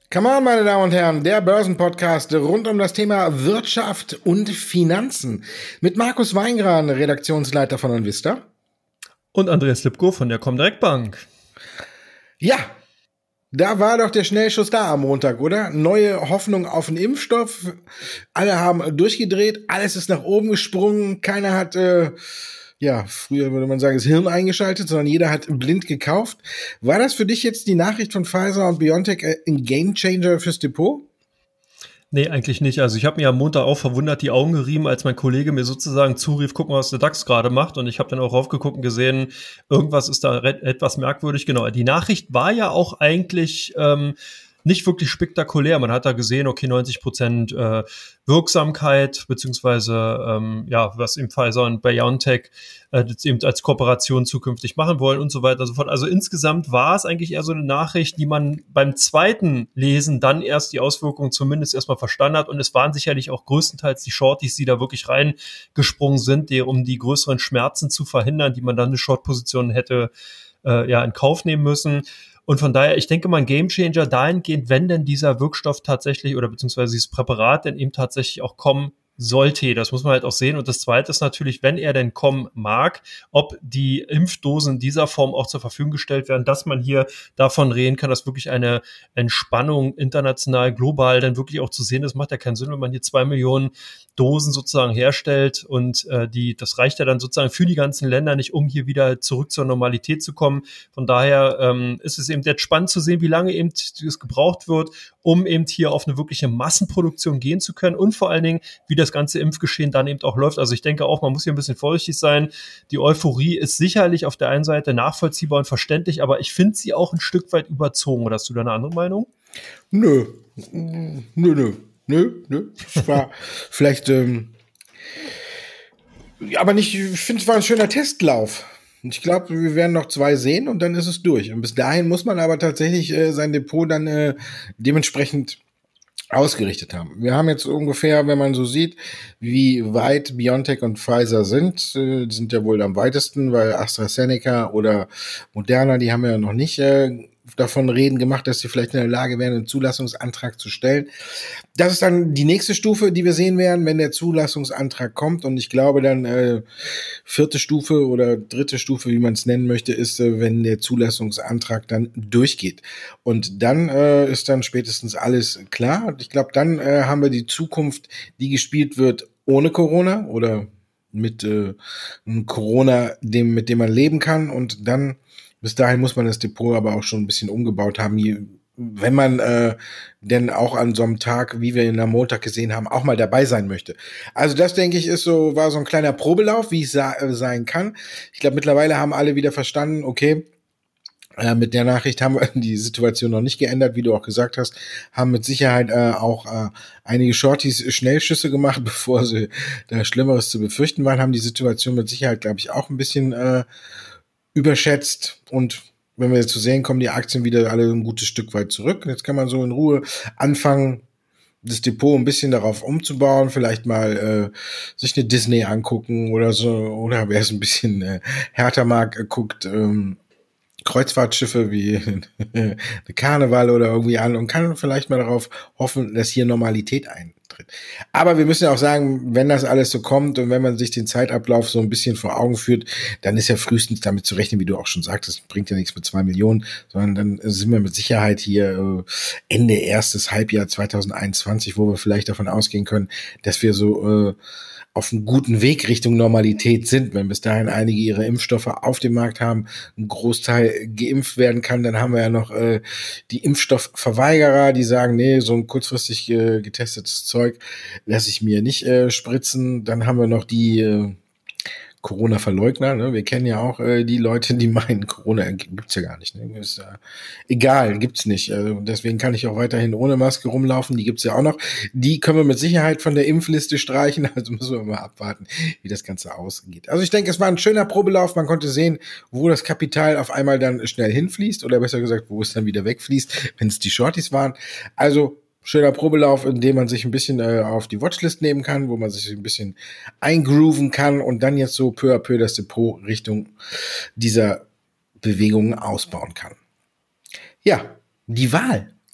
Come on, meine Damen und Herren, der Börsenpodcast rund um das Thema Wirtschaft und Finanzen mit Markus Weingran, Redaktionsleiter von Onvista. Und Andreas Lipko von der Comdirect Bank. Ja, da war doch der Schnellschuss da am Montag, oder? Neue Hoffnung auf einen Impfstoff. Alle haben durchgedreht, alles ist nach oben gesprungen, keiner hat... früher würde man sagen, das Hirn eingeschaltet, sondern jeder hat blind gekauft. War das für dich jetzt die Nachricht von Pfizer und BioNTech ein Gamechanger fürs Depot? Nee, eigentlich nicht. Also ich habe mir am Montag auch verwundert die Augen gerieben, als mein Kollege mir sozusagen zurief, guck mal, was der DAX gerade macht. Und ich habe dann auch raufgeguckt und gesehen, irgendwas ist da etwas merkwürdig. Genau, die Nachricht war ja auch eigentlich nicht wirklich spektakulär. Man hat da gesehen, okay, 90% Wirksamkeit, beziehungsweise was eben Pfizer und BioNTech das eben als Kooperation zukünftig machen wollen und so weiter und so fort. Also insgesamt war es eigentlich eher so eine Nachricht, die man beim zweiten Lesen dann erst die Auswirkungen zumindest erstmal verstanden hat. Und es waren sicherlich auch größtenteils die Shorties, die da wirklich reingesprungen sind, um die größeren Schmerzen zu verhindern, die man dann eine Short-Position hätte in Kauf nehmen müssen. Und von daher, ich denke mal, ein Gamechanger dahingehend, wenn denn dieser Wirkstoff tatsächlich oder beziehungsweise dieses Präparat denn eben tatsächlich auch kommen sollte. Das muss man halt auch sehen. Und das Zweite ist natürlich, wenn er denn kommen mag, ob die Impfdosen in dieser Form auch zur Verfügung gestellt werden, dass man hier davon reden kann, dass wirklich eine Entspannung international, global dann wirklich auch zu sehen ist. Macht ja keinen Sinn, wenn man hier 2 Millionen Dosen sozusagen herstellt und das reicht ja dann sozusagen für die ganzen Länder nicht, um hier wieder zurück zur Normalität zu kommen. Von daher ist es eben jetzt spannend zu sehen, wie lange eben es gebraucht wird, um eben hier auf eine wirkliche Massenproduktion gehen zu können und vor allen Dingen, wie das ganze Impfgeschehen dann eben auch läuft. Also ich denke auch, man muss hier ein bisschen vorsichtig sein. Die Euphorie ist sicherlich auf der einen Seite nachvollziehbar und verständlich, aber ich finde sie auch ein Stück weit überzogen. Oder hast du da eine andere Meinung? Nö. Es war vielleicht, aber nicht, ich finde, es war ein schöner Testlauf. Ich glaube, wir werden noch 2 sehen und dann ist es durch. Und bis dahin muss man aber tatsächlich sein Depot dann dementsprechend ausgerichtet haben. Wir haben jetzt ungefähr, wenn man so sieht, wie weit BioNTech und Pfizer sind, die sind ja wohl am weitesten, weil AstraZeneca oder Moderna, die haben ja noch nicht davon reden gemacht, dass sie vielleicht in der Lage wären, einen Zulassungsantrag zu stellen. Das ist dann die nächste Stufe, die wir sehen werden, wenn der Zulassungsantrag kommt. Und ich glaube dann 4. Stufe oder 3. Stufe, wie man es nennen möchte, ist, wenn der Zulassungsantrag dann durchgeht. Und dann ist dann spätestens alles klar. Und ich glaube, dann haben wir die Zukunft, die gespielt wird ohne Corona oder mit Corona, mit dem man leben kann. Und dann bis dahin muss man das Depot aber auch schon ein bisschen umgebaut haben, wenn man denn auch an so einem Tag, wie wir ihn am Montag gesehen haben, auch mal dabei sein möchte. Also das, denke ich, war so ein kleiner Probelauf, wie es sein kann. Ich glaube, mittlerweile haben alle wieder verstanden, okay, mit der Nachricht haben wir die Situation noch nicht geändert, wie du auch gesagt hast, haben mit Sicherheit auch einige Shorties Schnellschüsse gemacht, bevor sie da Schlimmeres zu befürchten waren, haben die Situation mit Sicherheit, glaube ich, auch ein bisschen überschätzt. Und wenn wir jetzt zu sehen, kommen die Aktien wieder alle ein gutes Stück weit zurück. Jetzt kann man so in Ruhe anfangen, das Depot ein bisschen darauf umzubauen, vielleicht mal sich eine Disney angucken oder so, oder wer es ein bisschen härter mag, guckt Kreuzfahrtschiffe wie eine Karneval oder irgendwie an und kann vielleicht mal darauf hoffen, dass hier Normalität eintritt. Aber wir müssen ja auch sagen, wenn das alles so kommt und wenn man sich den Zeitablauf so ein bisschen vor Augen führt, dann ist ja frühestens damit zu rechnen, wie du auch schon sagtest, bringt ja nichts mit 2 Millionen, sondern dann sind wir mit Sicherheit hier Ende erstes Halbjahr 2021, wo wir vielleicht davon ausgehen können, dass wir so auf einem guten Weg Richtung Normalität sind. Wenn bis dahin einige ihre Impfstoffe auf dem Markt haben, ein Großteil geimpft werden kann, dann haben wir ja noch die Impfstoffverweigerer, die sagen, nee, so ein kurzfristig getestetes Zeug lasse ich mir nicht spritzen. Dann haben wir noch die Corona-Verleugner, ne? Wir kennen ja auch die Leute, die meinen, Corona gibt's ja gar nicht. Ne? Ist egal, gibt's nicht. Deswegen kann ich auch weiterhin ohne Maske rumlaufen. Die gibt's ja auch noch. Die können wir mit Sicherheit von der Impfliste streichen. Also müssen wir mal abwarten, wie das Ganze ausgeht. Also ich denke, es war ein schöner Probelauf. Man konnte sehen, wo das Kapital auf einmal dann schnell hinfließt oder besser gesagt, wo es dann wieder wegfließt, wenn es die Shorties waren. Also schöner Probelauf, in dem man sich ein bisschen auf die Watchlist nehmen kann, wo man sich ein bisschen eingrooven kann und dann jetzt so peu à peu das Depot Richtung dieser Bewegungen ausbauen kann. Ja, die Wahl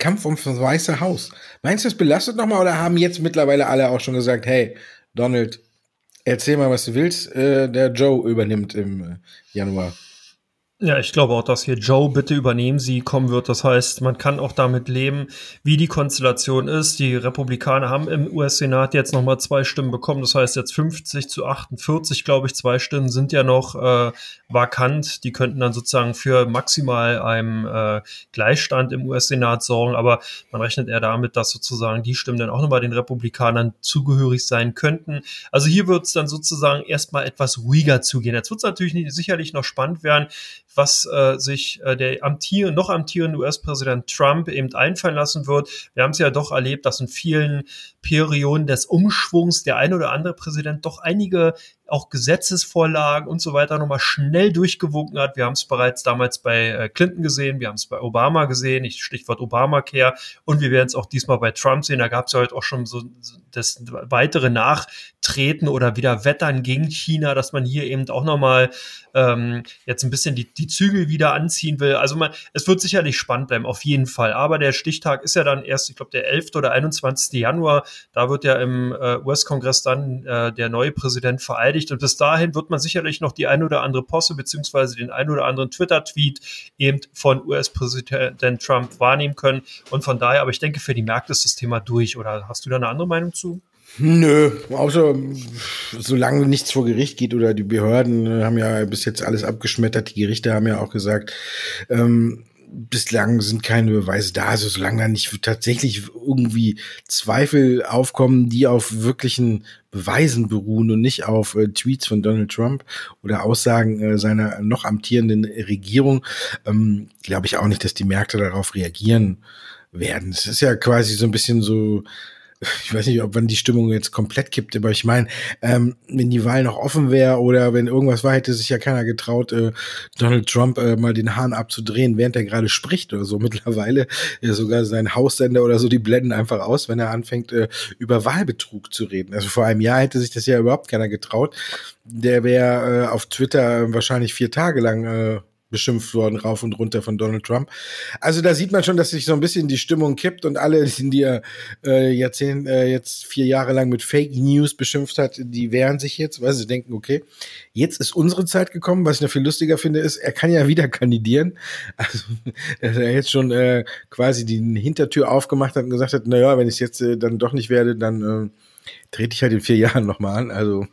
Kampf ums Weiße Haus. Meinst du, das belastet nochmal oder haben jetzt mittlerweile alle auch schon gesagt, hey, Donald, erzähl mal, was du willst, der Joe übernimmt im Januar. Ja, ich glaube auch, dass hier Joe, bitte übernehmen Sie, kommen wird. Das heißt, man kann auch damit leben, wie die Konstellation ist. Die Republikaner haben im US-Senat jetzt nochmal 2 Stimmen bekommen. Das heißt jetzt 50-48, glaube ich. 2 Stimmen sind ja noch vakant. Die könnten dann sozusagen für maximal einen Gleichstand im US-Senat sorgen. Aber man rechnet eher damit, dass sozusagen die Stimmen dann auch nochmal den Republikanern zugehörig sein könnten. Also hier wird es dann sozusagen erstmal etwas ruhiger zugehen. Jetzt wird es natürlich sicherlich noch spannend werden, was sich der noch amtierende US-Präsident Trump eben einfallen lassen wird. Wir haben es ja doch erlebt, dass in vielen Perioden des Umschwungs der ein oder andere Präsident doch einige auch Gesetzesvorlagen und so weiter nochmal schnell durchgewunken hat. Wir haben es bereits damals bei Clinton gesehen, wir haben es bei Obama gesehen, Stichwort Obamacare, und wir werden es auch diesmal bei Trump sehen. Da gab es ja heute auch schon so das weitere Nachtreten oder wieder Wettern gegen China, dass man hier eben auch nochmal jetzt ein bisschen die Zügel wieder anziehen will. Also es wird sicherlich spannend bleiben, auf jeden Fall. Aber der Stichtag ist ja dann erst, ich glaube, der 11. oder 21. Januar. Da wird ja im US-Kongress dann der neue Präsident vereidigt. Und bis dahin wird man sicherlich noch die ein oder andere Posse beziehungsweise den ein oder anderen Twitter-Tweet eben von US-Präsident Trump wahrnehmen können. Und von daher, aber ich denke, für die Märkte ist das Thema durch. Oder hast du da eine andere Meinung zu? Nö, außer solange nichts vor Gericht geht oder die Behörden haben ja bis jetzt alles abgeschmettert. Die Gerichte haben ja auch gesagt, bislang sind keine Beweise da. Also solange da nicht tatsächlich irgendwie Zweifel aufkommen, die auf wirklichen Beweisen beruhen und nicht auf Tweets von Donald Trump oder Aussagen seiner noch amtierenden Regierung, glaube ich auch nicht, dass die Märkte darauf reagieren werden. Es ist ja quasi so ein bisschen so, ich weiß nicht, ob wann die Stimmung jetzt komplett kippt, aber ich meine, wenn die Wahl noch offen wäre oder wenn irgendwas war, hätte sich ja keiner getraut, Donald Trump mal den Hahn abzudrehen, während er gerade spricht oder so. Mittlerweile sogar sein Haussender oder so, die blenden einfach aus, wenn er anfängt, über Wahlbetrug zu reden. Also vor einem Jahr hätte sich das ja überhaupt keiner getraut. Der wäre auf Twitter wahrscheinlich 4 Tage lang beschimpft worden, rauf und runter von Donald Trump. Also da sieht man schon, dass sich so ein bisschen die Stimmung kippt und alle, die jetzt 4 Jahre lang mit Fake News beschimpft hat, die wehren sich jetzt, weil sie denken, okay, jetzt ist unsere Zeit gekommen. Was ich noch viel lustiger finde, ist, er kann ja wieder kandidieren. Also, dass er jetzt schon quasi die Hintertür aufgemacht hat und gesagt hat, naja, wenn ich jetzt dann doch nicht werde, dann trete ich halt in 4 Jahren nochmal an. Also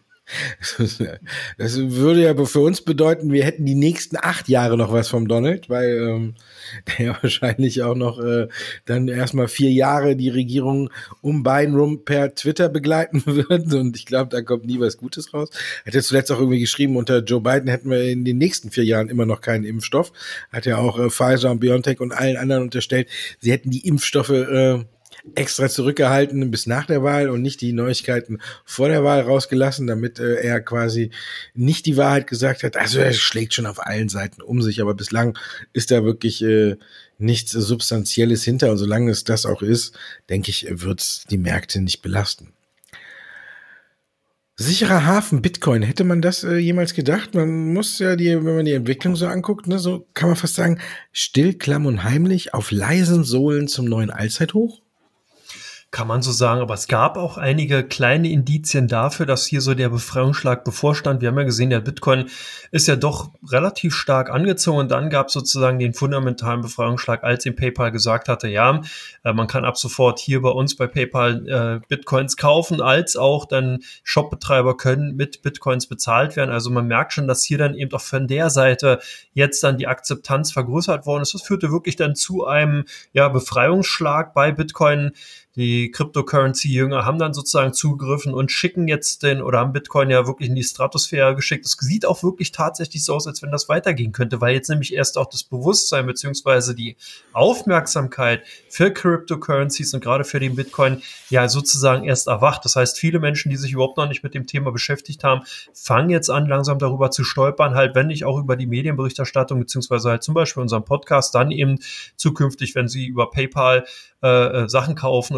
das würde ja für uns bedeuten, wir hätten die nächsten 8 Jahre noch was vom Donald, weil der wahrscheinlich auch noch dann erstmal 4 Jahre die Regierung um Biden rum per Twitter begleiten wird, und ich glaube, da kommt nie was Gutes raus. Hat ja zuletzt auch irgendwie geschrieben, unter Joe Biden hätten wir in den nächsten 4 Jahren immer noch keinen Impfstoff. Hat ja auch Pfizer und BioNTech und allen anderen unterstellt, sie hätten die Impfstoffe extra zurückgehalten bis nach der Wahl und nicht die Neuigkeiten vor der Wahl rausgelassen, damit er quasi nicht die Wahrheit gesagt hat. Also er schlägt schon auf allen Seiten um sich, aber bislang ist da wirklich nichts Substanzielles hinter, und solange es das auch ist, denke ich, wird es die Märkte nicht belasten. Sicherer Hafen Bitcoin, hätte man das jemals gedacht? Man muss ja wenn man die Entwicklung so anguckt, ne, so kann man fast sagen, still, klamm und heimlich auf leisen Sohlen zum neuen Allzeithoch? Kann man so sagen, aber es gab auch einige kleine Indizien dafür, dass hier so der Befreiungsschlag bevorstand. Wir haben ja gesehen, der Bitcoin ist ja doch relativ stark angezogen, und dann gab es sozusagen den fundamentalen Befreiungsschlag, als ihm PayPal gesagt hatte, ja, man kann ab sofort hier bei uns bei PayPal Bitcoins kaufen, als auch dann Shopbetreiber können mit Bitcoins bezahlt werden. Also man merkt schon, dass hier dann eben auch von der Seite jetzt dann die Akzeptanz vergrößert worden ist. Das führte wirklich dann zu einem Befreiungsschlag bei Bitcoin. Die Cryptocurrency-Jünger haben dann sozusagen zugegriffen und schicken jetzt haben Bitcoin ja wirklich in die Stratosphäre geschickt. Es sieht auch wirklich tatsächlich so aus, als wenn das weitergehen könnte, weil jetzt nämlich erst auch das Bewusstsein beziehungsweise die Aufmerksamkeit für Cryptocurrencies und gerade für den Bitcoin ja sozusagen erst erwacht. Das heißt, viele Menschen, die sich überhaupt noch nicht mit dem Thema beschäftigt haben, fangen jetzt an, langsam darüber zu stolpern, halt wenn nicht auch über die Medienberichterstattung beziehungsweise halt zum Beispiel unseren Podcast, dann eben zukünftig, wenn sie über PayPal Sachen kaufen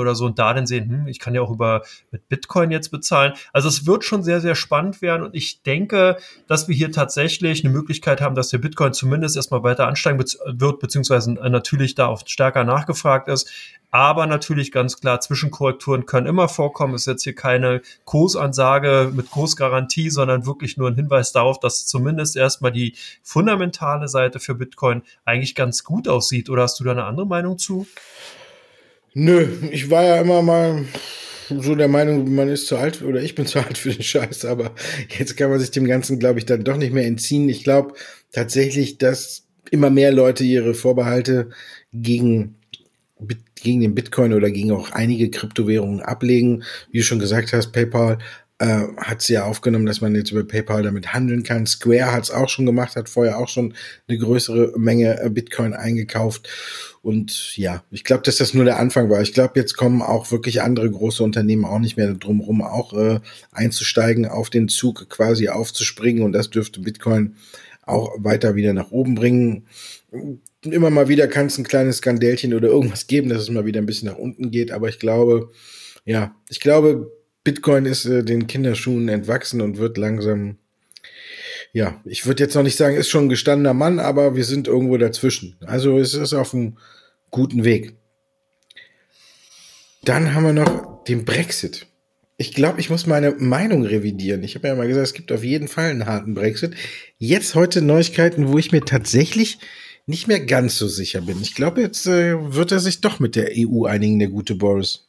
oder so und da dann sehen, ich kann ja auch mit Bitcoin jetzt bezahlen. Also es wird schon sehr, sehr spannend werden und ich denke, dass wir hier tatsächlich eine Möglichkeit haben, dass der Bitcoin zumindest erstmal weiter ansteigen wird, beziehungsweise natürlich da auch stärker nachgefragt ist. Aber natürlich ganz klar, Zwischenkorrekturen können immer vorkommen. Ist jetzt hier keine Kursansage mit Kursgarantie, sondern wirklich nur ein Hinweis darauf, dass zumindest erstmal die fundamentale Seite für Bitcoin eigentlich ganz gut aussieht. Oder hast du da eine andere Meinung zu? Nö, ich war ja immer mal so der Meinung, man ist zu alt oder ich bin zu alt für den Scheiß, aber jetzt kann man sich dem Ganzen, glaube ich, dann doch nicht mehr entziehen. Ich glaube tatsächlich, dass immer mehr Leute ihre Vorbehalte gegen den Bitcoin oder gegen auch einige Kryptowährungen ablegen. Wie du schon gesagt hast, PayPal hat es ja aufgenommen, dass man jetzt über PayPal damit handeln kann. Square hat es auch schon gemacht, hat vorher auch schon eine größere Menge Bitcoin eingekauft. Und ja, ich glaube, dass das nur der Anfang war. Ich glaube, jetzt kommen auch wirklich andere große Unternehmen auch nicht mehr drum rum, auch einzusteigen, auf den Zug quasi aufzuspringen. Und das dürfte Bitcoin auch weiter wieder nach oben bringen. Immer mal wieder kann es ein kleines Skandälchen oder irgendwas geben, dass es mal wieder ein bisschen nach unten geht. Aber ich glaube, Bitcoin ist den Kinderschuhen entwachsen und wird langsam, ja, ich würde jetzt noch nicht sagen, ist schon ein gestandener Mann, aber wir sind irgendwo dazwischen. Also es ist auf einem guten Weg. Dann haben wir noch den Brexit. Ich glaube, ich muss meine Meinung revidieren. Ich habe ja mal gesagt, es gibt auf jeden Fall einen harten Brexit. Jetzt heute Neuigkeiten, wo ich mir tatsächlich nicht mehr ganz so sicher bin. Ich glaube, jetzt wird er sich doch mit der EU einigen, der gute Boris.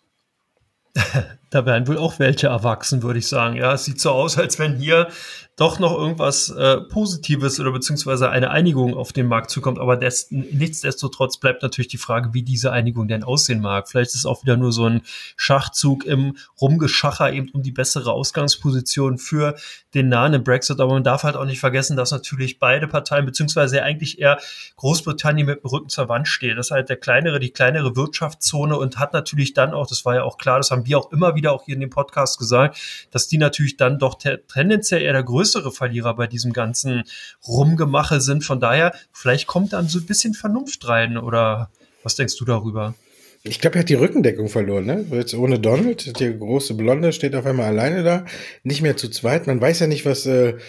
Da werden wohl auch welche erwachsen, würde ich sagen. Ja, es sieht so aus, als wenn hier doch noch irgendwas Positives oder beziehungsweise eine Einigung auf den Markt zukommt. Aber nichtsdestotrotz bleibt natürlich die Frage, wie diese Einigung denn aussehen mag. Vielleicht ist es auch wieder nur so ein Schachzug im Rumgeschacher eben um die bessere Ausgangsposition für den nahen Brexit. Aber man darf halt auch nicht vergessen, dass natürlich beide Parteien, beziehungsweise eigentlich eher Großbritannien mit dem Rücken zur Wand steht. Das ist halt die kleinere Wirtschaftszone und hat natürlich dann auch, das war ja auch klar, das haben wir auch immer wieder auch hier in dem Podcast gesagt, dass die natürlich dann doch tendenziell eher der größere Verlierer bei diesem ganzen Rumgemache sind. Von daher, vielleicht kommt dann so ein bisschen Vernunft rein oder was denkst du darüber? Ich glaube, er hat die Rückendeckung verloren, ne? Jetzt ohne Donald, der große Blonde steht auf einmal alleine da, nicht mehr zu zweit. Man weiß ja nicht, was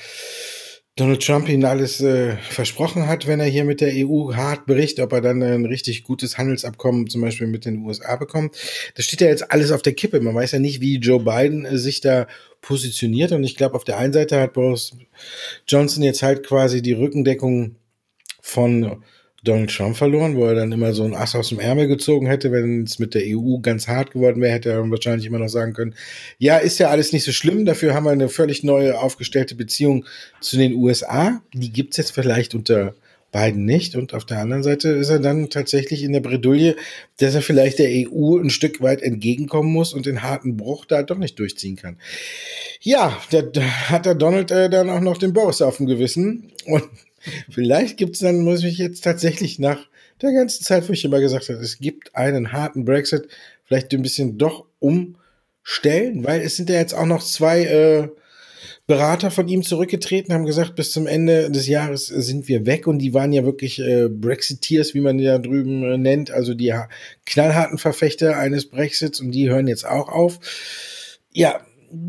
Donald Trump ihnen alles versprochen hat, wenn er hier mit der EU hart bricht, ob er dann ein richtig gutes Handelsabkommen zum Beispiel mit den USA bekommt. Das steht ja jetzt alles auf der Kippe. Man weiß ja nicht, wie Joe Biden sich da positioniert. Und ich glaube, auf der einen Seite hat Boris Johnson jetzt halt quasi die Rückendeckung von Donald Trump verloren, wo er dann immer so ein Ass aus dem Ärmel gezogen hätte. Wenn es mit der EU ganz hart geworden wäre, hätte er wahrscheinlich immer noch sagen können, ja, ist ja alles nicht so schlimm, dafür haben wir eine völlig neue aufgestellte Beziehung zu den USA. Die gibt's jetzt vielleicht unter Biden nicht. Und auf der anderen Seite ist er dann tatsächlich in der Bredouille, dass er vielleicht der EU ein Stück weit entgegenkommen muss und den harten Bruch da doch nicht durchziehen kann. Ja, da hat der Donald dann auch noch den Boris auf dem Gewissen und vielleicht gibt's dann, muss ich jetzt tatsächlich nach der ganzen Zeit, wo ich immer gesagt habe, es gibt einen harten Brexit, vielleicht ein bisschen doch umstellen, weil es sind ja jetzt auch noch zwei Berater von ihm zurückgetreten, haben gesagt, bis zum Ende des Jahres sind wir weg und die waren ja wirklich Brexiteers, wie man die da drüben nennt, also die knallharten Verfechter eines Brexits und die hören jetzt auch auf. Ja,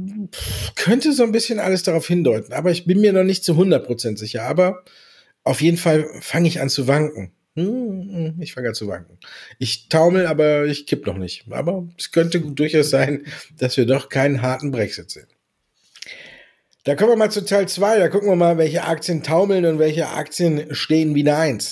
könnte so ein bisschen alles darauf hindeuten, aber ich bin mir noch nicht zu 100% sicher, aber auf jeden Fall fange ich an zu wanken. Ich fange an zu wanken. Ich taumel, aber ich kipp noch nicht. Aber es könnte durchaus sein, dass wir doch keinen harten Brexit sehen. Da kommen wir mal zu Teil 2. Da gucken wir mal, welche Aktien taumeln und welche Aktien stehen wie eine Eins.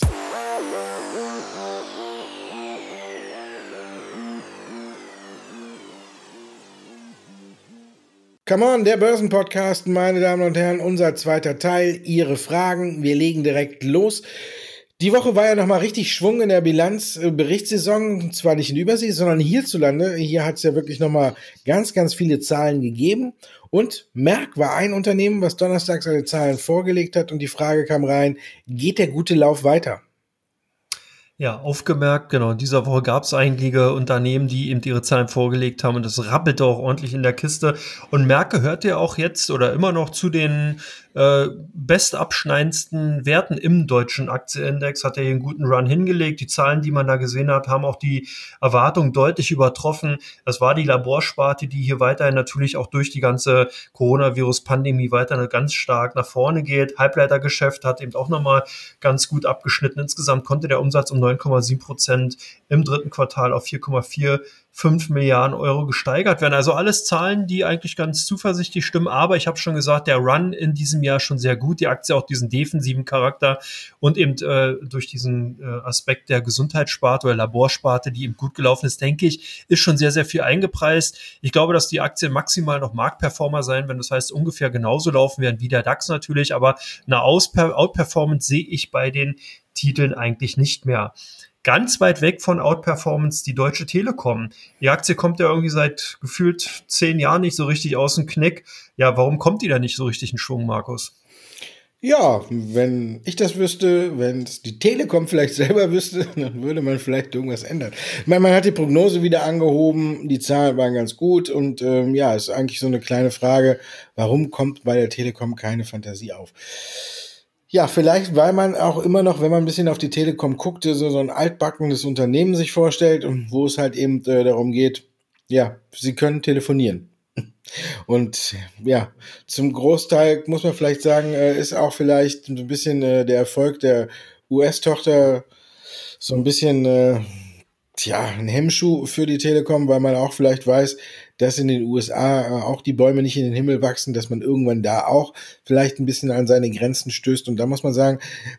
Come on, der Börsenpodcast, meine Damen und Herren, unser zweiter Teil, Ihre Fragen, wir legen direkt los. Die Woche war ja nochmal richtig Schwung in der Bilanzberichtssaison, zwar nicht in Übersee, sondern hierzulande. Hier hat es ja wirklich nochmal ganz, ganz viele Zahlen gegeben. Und Merck war ein Unternehmen, was donnerstags seine Zahlen vorgelegt hat und die Frage kam rein, geht der gute Lauf weiter? Ja, aufgemerkt, genau. In dieser Woche gab es einige Unternehmen, die eben ihre Zahlen vorgelegt haben und es rappelte auch ordentlich in der Kiste. Und Merck gehört ja auch jetzt oder immer noch zu den bestabschneidendsten Werten im deutschen Aktienindex, hat er hier einen guten Run hingelegt. Die Zahlen, die man da gesehen hat, haben auch die Erwartungen deutlich übertroffen. Das war die Laborsparte, die hier weiterhin natürlich auch durch die ganze Coronavirus-Pandemie weiter ganz stark nach vorne geht. Halbleitergeschäft hat eben auch nochmal ganz gut abgeschnitten. Insgesamt konnte der Umsatz um 9,7% im dritten Quartal auf 4,45 Milliarden Euro gesteigert werden. Also alles Zahlen, die eigentlich ganz zuversichtlich stimmen. Aber ich habe schon gesagt, der Run in diesem Jahr schon sehr gut. Die Aktie auch diesen defensiven Charakter und eben durch diesen Aspekt der Gesundheitssparte oder Laborsparte, die eben gut gelaufen ist, denke ich, ist schon sehr, sehr viel eingepreist. Ich glaube, dass die Aktien maximal noch Marktperformer sein, wenn das heißt, ungefähr genauso laufen werden wie der DAX natürlich. Aber eine Outperformance sehe ich bei den Titeln eigentlich nicht mehr. Ganz weit weg von Outperformance die Deutsche Telekom. Die Aktie kommt ja irgendwie seit gefühlt 10 Jahren nicht so richtig aus dem Knick. Ja, warum kommt die da nicht so richtig in Schwung, Markus? Ja, wenn ich das wüsste, wenn es die Telekom vielleicht selber wüsste, dann würde man vielleicht irgendwas ändern. Ich meine, man hat die Prognose wieder angehoben, die Zahlen waren ganz gut und ja, ist eigentlich so eine kleine Frage, warum kommt bei der Telekom keine Fantasie auf? Ja, vielleicht, weil man auch immer noch, wenn man ein bisschen auf die Telekom guckt, so ein altbackenes Unternehmen sich vorstellt und wo es halt eben darum geht, ja, sie können telefonieren. Und ja, zum Großteil muss man vielleicht sagen, ist auch vielleicht ein bisschen der Erfolg der US-Tochter so ein bisschen tja, ein Hemmschuh für die Telekom, weil man auch vielleicht weiß, dass in den USA auch die Bäume nicht in den Himmel wachsen, dass man irgendwann da auch vielleicht ein bisschen an seine Grenzen stößt. Und da muss man sagen,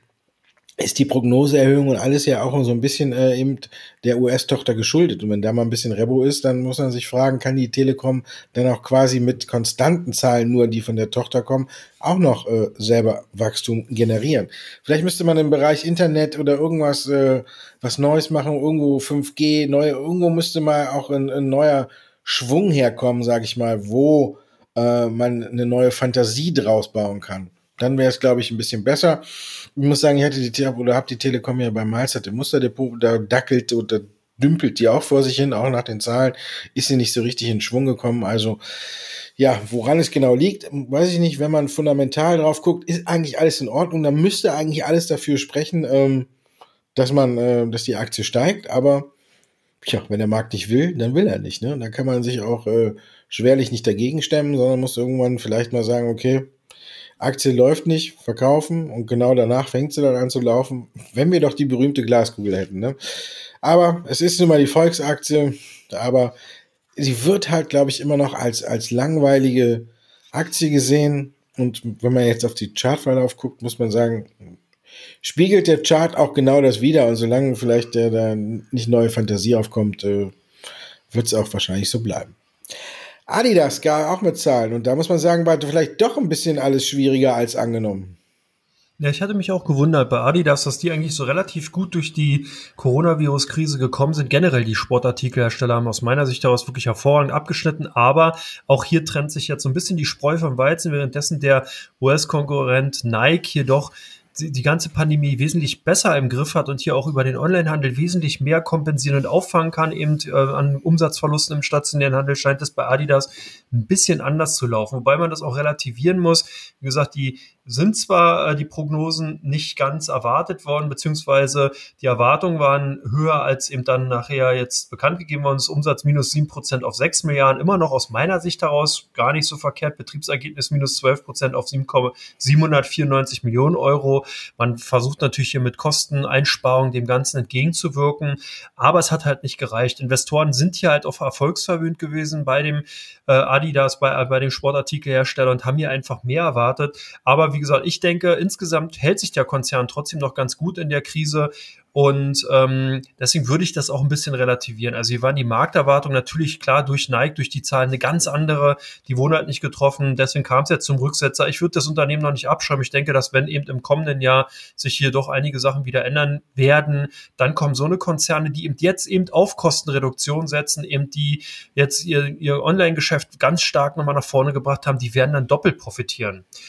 ist die Prognoseerhöhung und alles ja auch so ein bisschen eben der US-Tochter geschuldet. Und wenn da mal ein bisschen Rebo ist, dann muss man sich fragen, kann die Telekom dann auch quasi mit konstanten Zahlen, nur die von der Tochter kommen, auch noch selber Wachstum generieren. Vielleicht müsste man im Bereich Internet oder irgendwas was Neues machen, irgendwo 5G, irgendwo müsste mal auch ein neuer Schwung herkommen, sage ich mal, wo man eine neue Fantasie draus bauen kann. Dann wäre es, glaube ich, ein bisschen besser. Ich muss sagen, ich hatte habe die Telekom ja beim Malzert im Musterdepot, da dackelt oder dümpelt die auch vor sich hin, auch nach den Zahlen, ist sie nicht so richtig in Schwung gekommen. Also ja, woran es genau liegt, weiß ich nicht. Wenn man fundamental drauf guckt, ist eigentlich alles in Ordnung. Da müsste eigentlich alles dafür sprechen, dass die Aktie steigt. Aber tja, wenn der Markt nicht will, dann will er nicht. Ne? Da kann man sich auch schwerlich nicht dagegen stemmen, sondern muss irgendwann vielleicht mal sagen, okay, Aktie läuft nicht, verkaufen und genau danach fängt sie dann an zu laufen, wenn wir doch die berühmte Glaskugel hätten. Ne? Aber es ist nun mal die Volksaktie, aber sie wird halt, glaube ich, immer noch als langweilige Aktie gesehen. Und wenn man jetzt auf die Chartverlauf guckt, muss man sagen, spiegelt der Chart auch genau das wider. Und solange vielleicht da nicht neue Fantasie aufkommt, wird es auch wahrscheinlich so bleiben. Adidas gar auch mit Zahlen. Und da muss man sagen, war vielleicht doch ein bisschen alles schwieriger als angenommen. Ja, ich hatte mich auch gewundert bei Adidas, dass die eigentlich so relativ gut durch die Coronavirus-Krise gekommen sind. Generell die Sportartikelhersteller haben aus meiner Sicht daraus wirklich hervorragend abgeschnitten. Aber auch hier trennt sich jetzt so ein bisschen die Spreu vom Weizen, währenddessen der US-Konkurrent Nike jedoch die ganze Pandemie wesentlich besser im Griff hat und hier auch über den Onlinehandel wesentlich mehr kompensieren und auffangen kann, eben an Umsatzverlusten im stationären Handel, scheint es bei Adidas ein bisschen anders zu laufen. Wobei man das auch relativieren muss. Wie gesagt, die sind zwar die Prognosen nicht ganz erwartet worden, beziehungsweise die Erwartungen waren höher, als eben dann nachher jetzt bekannt gegeben worden ist. Umsatz minus 7% auf 6 Milliarden, immer noch aus meiner Sicht heraus gar nicht so verkehrt. Betriebsergebnis minus 12% auf 794 Millionen Euro. Man versucht natürlich hier mit Kosteneinsparungen dem Ganzen entgegenzuwirken, aber es hat halt nicht gereicht. Investoren sind hier halt auf erfolgsverwöhnt gewesen bei dem Adidas, bei dem Sportartikelhersteller und haben hier einfach mehr erwartet. Aber wie gesagt, ich denke, insgesamt hält sich der Konzern trotzdem noch ganz gut in der Krise. Und deswegen würde ich das auch ein bisschen relativieren. Also hier waren die Markterwartungen natürlich klar durch Nike, durch die Zahlen eine ganz andere. Die wurden halt nicht getroffen. Deswegen kam es jetzt zum Rücksetzer. Ich würde das Unternehmen noch nicht abschreiben. Ich denke, dass wenn eben im kommenden Jahr sich hier doch einige Sachen wieder ändern werden, dann kommen so eine Konzerne, die eben jetzt eben auf Kostenreduktion setzen, eben die jetzt ihr Online-Geschäft ganz stark nochmal nach vorne gebracht haben, die werden dann doppelt profitieren.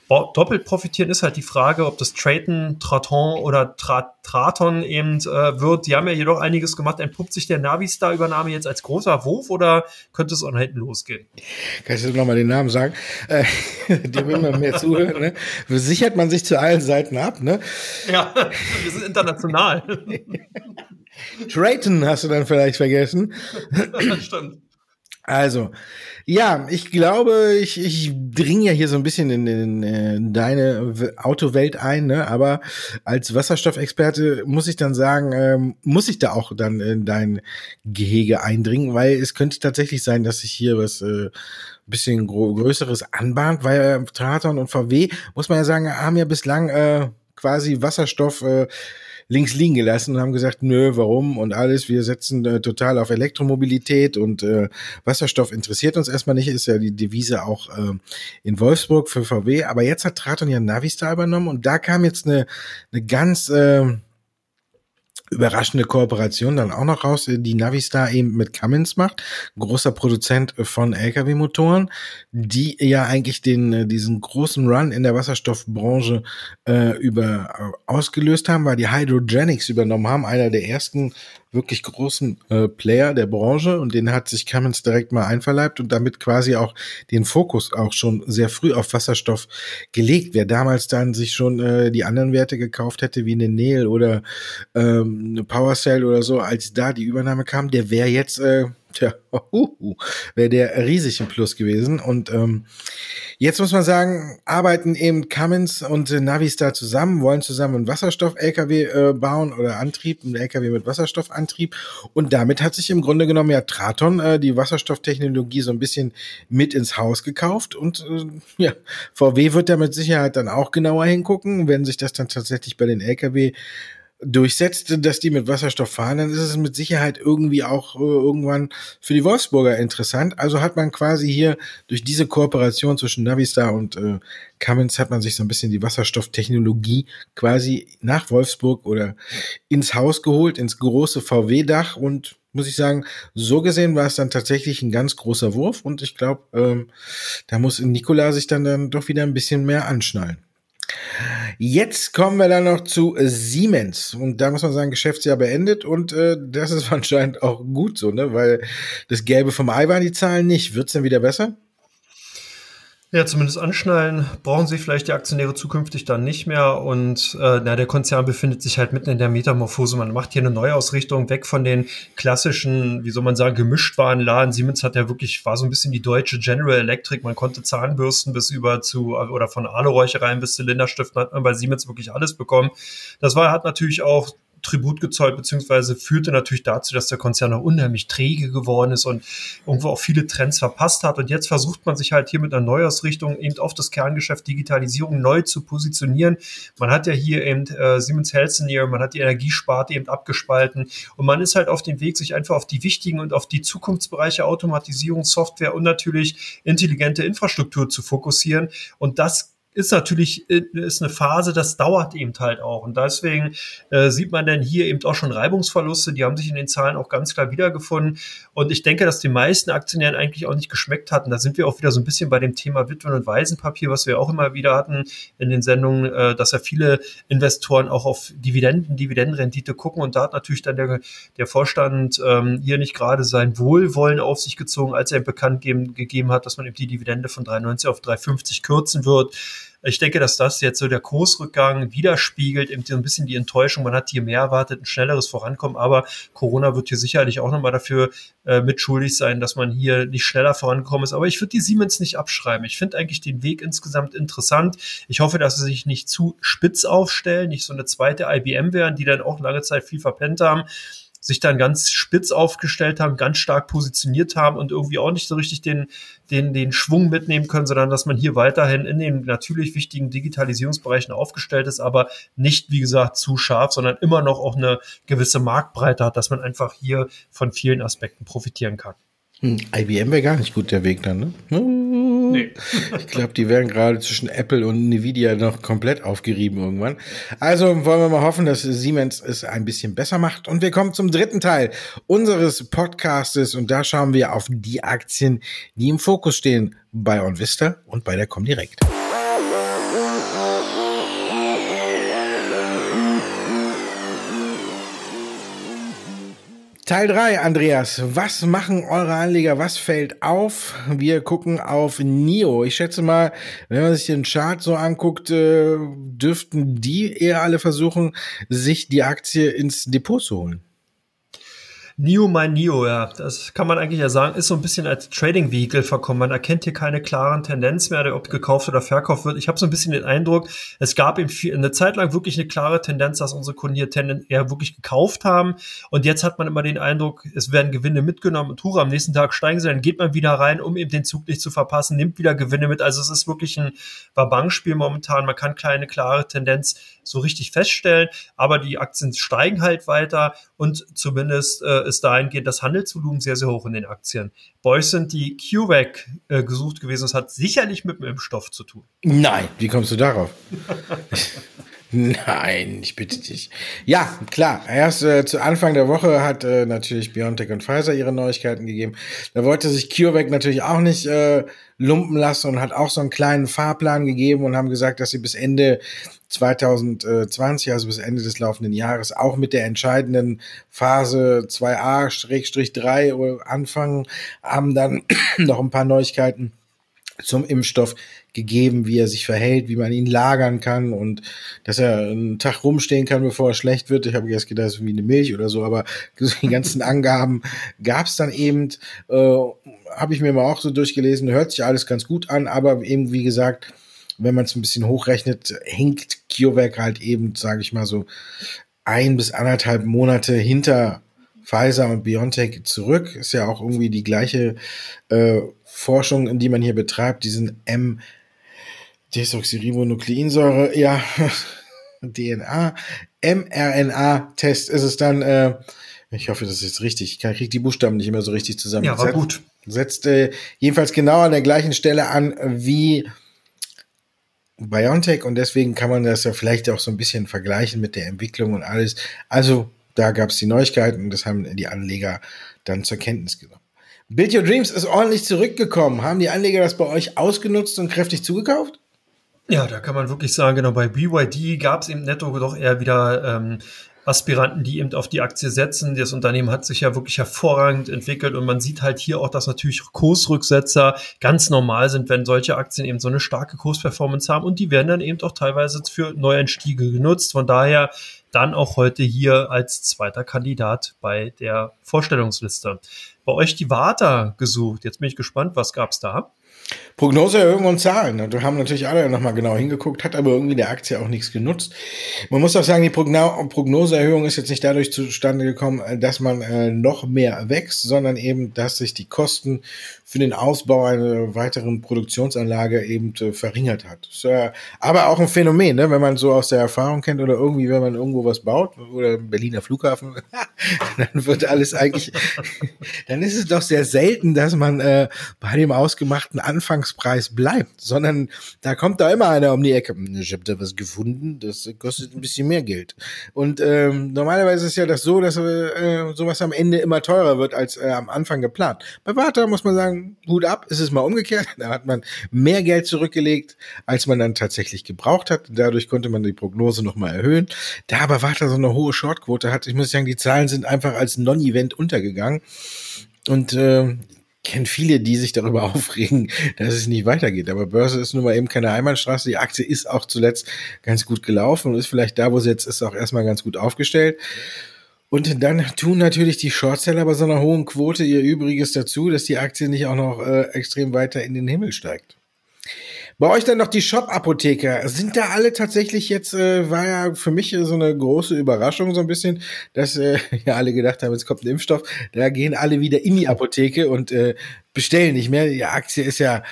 Doppelt profitieren ist halt die Frage, ob das Traton oder Traton eben wird. Die haben ja jedoch einiges gemacht. Entpuppt sich der Navistar-Übernahme jetzt als großer Wurf oder könnte es auch nach hinten losgehen? Kannst du nochmal den Namen sagen? Dem immer mehr zuhören, ne? Sichert man sich zu allen Seiten ab, ne? Ja, wir sind international. Traton hast du dann vielleicht vergessen. Stimmt. Also, ja, ich glaube, ich dringe ja hier so ein bisschen in deine Autowelt ein, ne? Aber als Wasserstoffexperte muss ich dann sagen, muss ich da auch dann in dein Gehege eindringen, weil es könnte tatsächlich sein, dass sich hier was bisschen Größeres anbahnt, weil Traton und VW, muss man ja sagen, haben ja bislang quasi Wasserstoff links liegen gelassen und haben gesagt, nö, warum und alles, wir setzen total auf Elektromobilität und Wasserstoff interessiert uns erstmal nicht, ist ja die Devise auch in Wolfsburg für VW, aber jetzt hat Traton ja Navistar übernommen und da kam jetzt eine ganz überraschende Kooperation dann auch noch raus, die Navistar eben mit Cummins macht, großer Produzent von LKW-Motoren, die ja eigentlich diesen großen Run in der Wasserstoffbranche ausgelöst haben, weil die Hydrogenics übernommen haben, einer der ersten wirklich großen Player der Branche, und den hat sich Cummins direkt mal einverleibt und damit quasi auch den Fokus auch schon sehr früh auf Wasserstoff gelegt. Wer damals dann sich schon die anderen Werte gekauft hätte, wie eine Nel oder eine PowerCell oder so, als da die Übernahme kam, der wäre jetzt wäre der riesig im Plus gewesen. Und jetzt muss man sagen, arbeiten eben Cummins und Navistar zusammen, wollen zusammen einen Wasserstoff-LKW bauen oder Antrieb, einen LKW mit Wasserstoffantrieb. Und damit hat sich im Grunde genommen ja Traton die Wasserstofftechnologie so ein bisschen mit ins Haus gekauft. Und ja, VW wird da mit Sicherheit dann auch genauer hingucken, wenn sich das dann tatsächlich bei den LKW durchsetzt, dass die mit Wasserstoff fahren, dann ist es mit Sicherheit irgendwie auch irgendwann für die Wolfsburger interessant. Also hat man quasi hier durch diese Kooperation zwischen Navistar und Cummins hat man sich so ein bisschen die Wasserstofftechnologie quasi nach Wolfsburg oder ins Haus geholt, ins große VW-Dach, und muss ich sagen, so gesehen war es dann tatsächlich ein ganz großer Wurf, und ich glaube, da muss Nikola sich dann doch wieder ein bisschen mehr anschnallen. Jetzt kommen wir dann noch zu Siemens, und da muss man sagen, Geschäftsjahr beendet, und das ist anscheinend auch gut so, ne? Weil das Gelbe vom Ei waren die Zahlen nicht. Wird's denn wieder besser? Ja, zumindest anschnallen brauchen sich vielleicht die Aktionäre zukünftig dann nicht mehr, und der Konzern befindet sich halt mitten in der Metamorphose. Man macht hier eine Neuausrichtung weg von den klassischen, wie soll man sagen, Gemischtwarenladen. Siemens hat ja wirklich, war so ein bisschen die deutsche General Electric. Man konnte Zahnbürsten bis über zu, oder von Aluräuchereien bis Zylinderstiften, hat man bei Siemens wirklich alles bekommen. Hat natürlich auch Tribut gezollt, beziehungsweise führte natürlich dazu, dass der Konzern auch unheimlich träge geworden ist und irgendwo auch viele Trends verpasst hat. Und jetzt versucht man sich halt hier mit einer Neuausrichtung eben auf das Kerngeschäft Digitalisierung neu zu positionieren. Man hat ja hier eben Siemens Healthineers, man hat die Energiesparte eben abgespalten, und man ist halt auf dem Weg, sich einfach auf die wichtigen und auf die Zukunftsbereiche Automatisierung, Software und natürlich intelligente Infrastruktur zu fokussieren. Und das ist natürlich eine Phase, das dauert eben halt auch. Und deswegen sieht man dann hier eben auch schon Reibungsverluste. Die haben sich in den Zahlen auch ganz klar wiedergefunden. Und ich denke, dass die meisten Aktionären eigentlich auch nicht geschmeckt hatten. Da sind wir auch wieder so ein bisschen bei dem Thema Witwen- und Waisenpapier, was wir auch immer wieder hatten in den Sendungen, dass ja viele Investoren auch auf Dividendenrendite gucken. Und da hat natürlich dann der Vorstand hier nicht gerade sein Wohlwollen auf sich gezogen, als er bekannt gegeben hat, dass man eben die Dividende von 3,90 auf 3,50 kürzen wird. Ich denke, dass das jetzt so der Kursrückgang widerspiegelt, eben so ein bisschen die Enttäuschung. Man hat hier mehr erwartet, ein schnelleres Vorankommen, aber Corona wird hier sicherlich auch nochmal dafür mitschuldig sein, dass man hier nicht schneller vorangekommen ist. Aber ich würde die Siemens nicht abschreiben. Ich finde eigentlich den Weg insgesamt interessant. Ich hoffe, dass sie sich nicht zu spitz aufstellen, nicht so eine zweite IBM werden, die dann auch lange Zeit viel verpennt haben, sich dann ganz spitz aufgestellt haben, ganz stark positioniert haben und irgendwie auch nicht so richtig den Schwung mitnehmen können, sondern dass man hier weiterhin in den natürlich wichtigen Digitalisierungsbereichen aufgestellt ist, aber nicht, wie gesagt, zu scharf, sondern immer noch auch eine gewisse Marktbreite hat, dass man einfach hier von vielen Aspekten profitieren kann. IBM wäre gar nicht gut der Weg dann, ne? Nee. Ich glaube, die werden gerade zwischen Apple und Nvidia noch komplett aufgerieben irgendwann. Also wollen wir mal hoffen, dass Siemens es ein bisschen besser macht. Und wir kommen zum dritten Teil unseres Podcastes, und da schauen wir auf die Aktien, die im Fokus stehen bei OnVista und bei der Comdirect. Teil 3, Andreas. Was machen eure Anleger? Was fällt auf? Wir gucken auf NIO. Ich schätze mal, wenn man sich den Chart so anguckt, dürften die eher alle versuchen, sich die Aktie ins Depot zu holen. NIO, mein NIO, ja, das kann man eigentlich ja sagen, ist so ein bisschen als Trading-Vehicle verkommen. Man erkennt hier keine klaren Tendenz mehr, ob gekauft oder verkauft wird. Ich habe so ein bisschen den Eindruck, es gab eben eine Zeit lang wirklich eine klare Tendenz, dass unsere Kunden hier eher wirklich gekauft haben. Und jetzt hat man immer den Eindruck, es werden Gewinne mitgenommen und hurra, am nächsten Tag steigen sie, dann geht man wieder rein, um eben den Zug nicht zu verpassen, nimmt wieder Gewinne mit. Also es ist wirklich ein Wabankspiel momentan. Man kann keine klare Tendenz so richtig feststellen, aber die Aktien steigen halt weiter und zumindest ist dahingehend das Handelsvolumen sehr, sehr hoch in den Aktien. Bei euch sind die CureVac gesucht gewesen. Das hat sicherlich mit dem Impfstoff zu tun. Nein, wie kommst du darauf? Nein, ich bitte dich. Ja, klar. Erst zu Anfang der Woche hat natürlich BioNTech und Pfizer ihre Neuigkeiten gegeben. Da wollte sich CureVac natürlich auch nicht lumpen lassen und hat auch so einen kleinen Fahrplan gegeben und haben gesagt, dass sie bis Ende 2020, also bis Ende des laufenden Jahres, auch mit der entscheidenden Phase 2a-3 anfangen, haben dann noch ein paar Neuigkeiten zum Impfstoff gegeben, wie er sich verhält, wie man ihn lagern kann und dass er einen Tag rumstehen kann, bevor er schlecht wird. Ich habe erst gedacht, das ist wie eine Milch oder so, aber die ganzen Angaben gab es dann eben, habe ich mir mal auch so durchgelesen, hört sich alles ganz gut an, aber eben, wie gesagt, wenn man es ein bisschen hochrechnet, hinkt CureVac halt eben, sage ich mal so, 1 bis 1,5 Monate hinter Pfizer und BioNTech zurück. Ist ja auch irgendwie die gleiche Forschung, in die man hier betreibt, diesen Desoxyribonukleinsäure, ja, DNA, mRNA-Test ist es dann, ich hoffe, das ist jetzt richtig, ich kriege die Buchstaben nicht immer so richtig zusammen. Ja, war gut. Setzt jedenfalls genau an der gleichen Stelle an wie BioNTech und deswegen kann man das ja vielleicht auch so ein bisschen vergleichen mit der Entwicklung und alles. Also da gab es die Neuigkeiten und das haben die Anleger dann zur Kenntnis genommen. Build Your Dreams ist ordentlich zurückgekommen. Haben die Anleger das bei euch ausgenutzt und kräftig zugekauft? Ja, da kann man wirklich sagen, genau, bei BYD gab es eben netto doch eher wieder Aspiranten, die eben auf die Aktie setzen. Das Unternehmen hat sich ja wirklich hervorragend entwickelt und man sieht halt hier auch, dass natürlich Kursrücksetzer ganz normal sind, wenn solche Aktien eben so eine starke Kursperformance haben und die werden dann eben auch teilweise für Neueinstiege genutzt. Von daher dann auch heute hier als zweiter Kandidat bei der Vorstellungsliste. Bei euch die Warta gesucht. Jetzt bin ich gespannt, was gab's da? Prognoseerhöhungen und Zahlen. Da haben natürlich alle nochmal genau hingeguckt, hat aber irgendwie der Aktie auch nichts genutzt. Man muss auch sagen, die Prognoseerhöhung ist jetzt nicht dadurch zustande gekommen, dass man noch mehr wächst, sondern eben, dass sich die Kosten für den Ausbau einer weiteren Produktionsanlage eben verringert hat. Das ist aber auch ein Phänomen, ne? Wenn man so aus der Erfahrung kennt oder irgendwie, wenn man irgendwo was baut oder im Berliner Flughafen, dann wird alles eigentlich, dann ist es doch sehr selten, dass man bei dem ausgemachten Anfangspreis bleibt, sondern da kommt da immer einer um die Ecke. Ich habe da was gefunden, das kostet ein bisschen mehr Geld. Und normalerweise ist ja das so, dass sowas am Ende immer teurer wird als am Anfang geplant. Bei Warta muss man sagen, Hut ab, ist es mal umgekehrt. Da hat man mehr Geld zurückgelegt, als man dann tatsächlich gebraucht hat. Dadurch konnte man die Prognose nochmal erhöhen. Da aber Warta so eine hohe Shortquote hat, ich muss sagen, die Zahlen sind einfach als Non-Event untergegangen. Und kenne viele, die sich darüber aufregen, dass es nicht weitergeht. Aber Börse ist nun mal eben keine Einbahnstraße. Die Aktie ist auch zuletzt ganz gut gelaufen und ist vielleicht da, wo sie jetzt ist, auch erstmal ganz gut aufgestellt. Und dann tun natürlich die Shortseller bei so einer hohen Quote ihr Übriges dazu, dass die Aktie nicht auch noch extrem weiter in den Himmel steigt. Bei euch dann noch die Shop-Apotheker. Sind da alle tatsächlich jetzt, war ja für mich so eine große Überraschung so ein bisschen, dass ja alle gedacht haben, jetzt kommt ein Impfstoff. Da gehen alle wieder in die Apotheke und bestellen nicht mehr. Die Aktie ist ja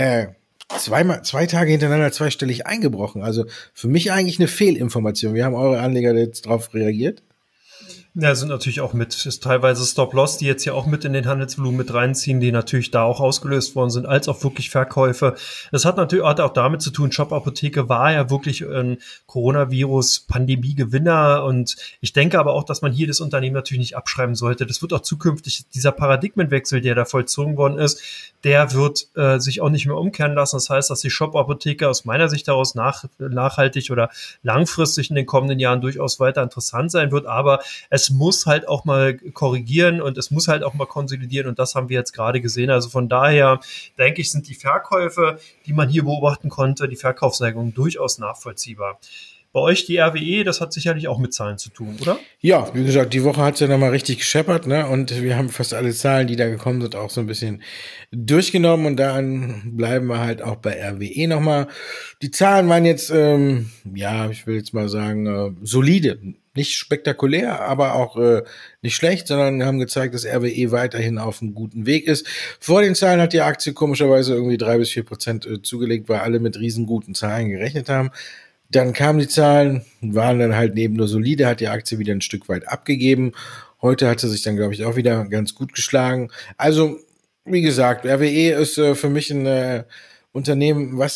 2 Tage hintereinander zweistellig eingebrochen. Also für mich eigentlich eine Fehlinformation. Wie haben eure Anleger jetzt drauf reagiert? Ja, sind natürlich auch ist teilweise Stop-Loss, die jetzt ja auch mit in den Handelsvolumen mit reinziehen, die natürlich da auch ausgelöst worden sind, als auch wirklich Verkäufe. Das hat auch damit zu tun, Shop-Apotheke war ja wirklich ein Coronavirus-Pandemie-Gewinner und ich denke aber auch, dass man hier das Unternehmen natürlich nicht abschreiben sollte. Das wird auch zukünftig, dieser Paradigmenwechsel, der da vollzogen worden ist, der wird sich auch nicht mehr umkehren lassen. Das heißt, dass die Shop-Apotheke aus meiner Sicht daraus nachhaltig oder langfristig in den kommenden Jahren durchaus weiter interessant sein wird, aber es es muss halt auch mal korrigieren und es muss halt auch mal konsolidieren und das haben wir jetzt gerade gesehen. Also von daher denke ich, sind die Verkäufe, die man hier beobachten konnte, die Verkaufsneigung durchaus nachvollziehbar. Bei euch die RWE, das hat sicherlich auch mit Zahlen zu tun, oder? Ja, wie gesagt, die Woche hat es ja nochmal richtig gescheppert, ne? Und wir haben fast alle Zahlen, die da gekommen sind, auch so ein bisschen durchgenommen und dann bleiben wir halt auch bei RWE nochmal. Die Zahlen waren jetzt, ja, ich will jetzt mal sagen, solide. Nicht spektakulär, aber auch nicht schlecht, sondern haben gezeigt, dass RWE weiterhin auf einem guten Weg ist. Vor den Zahlen hat die Aktie komischerweise irgendwie 3-4% zugelegt, weil alle mit riesenguten Zahlen gerechnet haben. Dann kamen die Zahlen, waren dann halt neben nur solide, hat die Aktie wieder ein Stück weit abgegeben. Heute hat sie sich dann, glaube ich, auch wieder ganz gut geschlagen. Also, wie gesagt, RWE ist für mich ein Unternehmen, was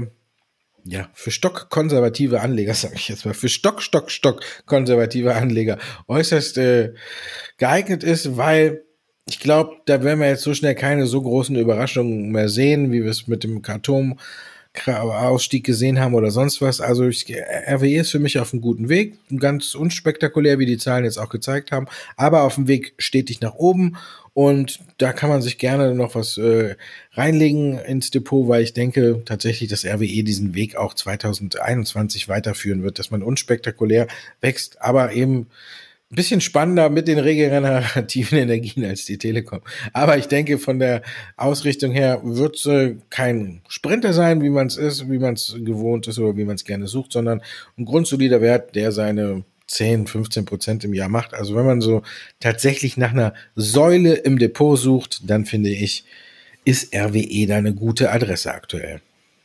ja für stockkonservative Anleger, sage ich jetzt mal, für stockkonservative Anleger äußerst geeignet ist, weil ich glaube, da werden wir jetzt so schnell keine so großen Überraschungen mehr sehen, wie wir es mit dem Ausstieg gesehen haben oder sonst was. Also RWE ist für mich auf einem guten Weg, ganz unspektakulär, wie die Zahlen jetzt auch gezeigt haben, aber auf dem Weg stetig nach oben und da kann man sich gerne noch was reinlegen ins Depot, weil ich denke tatsächlich, dass RWE diesen Weg auch 2021 weiterführen wird, dass man unspektakulär wächst, aber eben ein bisschen spannender mit den regenerativen Energien als die Telekom. Aber ich denke, von der Ausrichtung her wird es kein Sprinter sein, wie man es ist, wie man es gewohnt ist oder wie man es gerne sucht, sondern ein grundsolider Wert, der seine 10-15% im Jahr macht. Also wenn man so tatsächlich nach einer Säule im Depot sucht, dann finde ich, ist RWE da eine gute Adresse aktuell.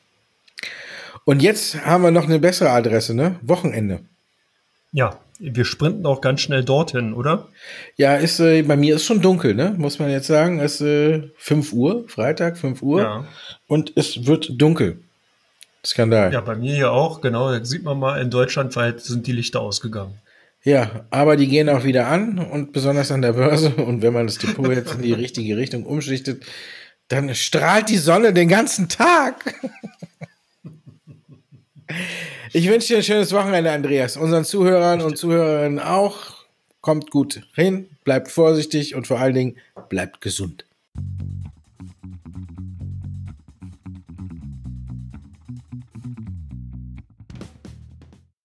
Und jetzt haben wir noch eine bessere Adresse, ne? Wochenende. Ja, wir sprinten auch ganz schnell dorthin, oder? Ja, bei mir ist schon dunkel, ne? Muss man jetzt sagen. Es ist 5 Uhr, Freitag, 5 Uhr. Ja. Und es wird dunkel. Skandal. Ja, bei mir hier auch, genau. Da sieht man mal, in Deutschland weit sind die Lichter ausgegangen. Ja, aber die gehen auch wieder an und besonders an der Börse. Und wenn man das Depot jetzt in die richtige Richtung umschichtet, dann strahlt die Sonne den ganzen Tag. Ich wünsche dir ein schönes Wochenende, Andreas. Unseren Zuhörern und Zuhörerinnen auch. Kommt gut hin, bleibt vorsichtig und vor allen Dingen bleibt gesund.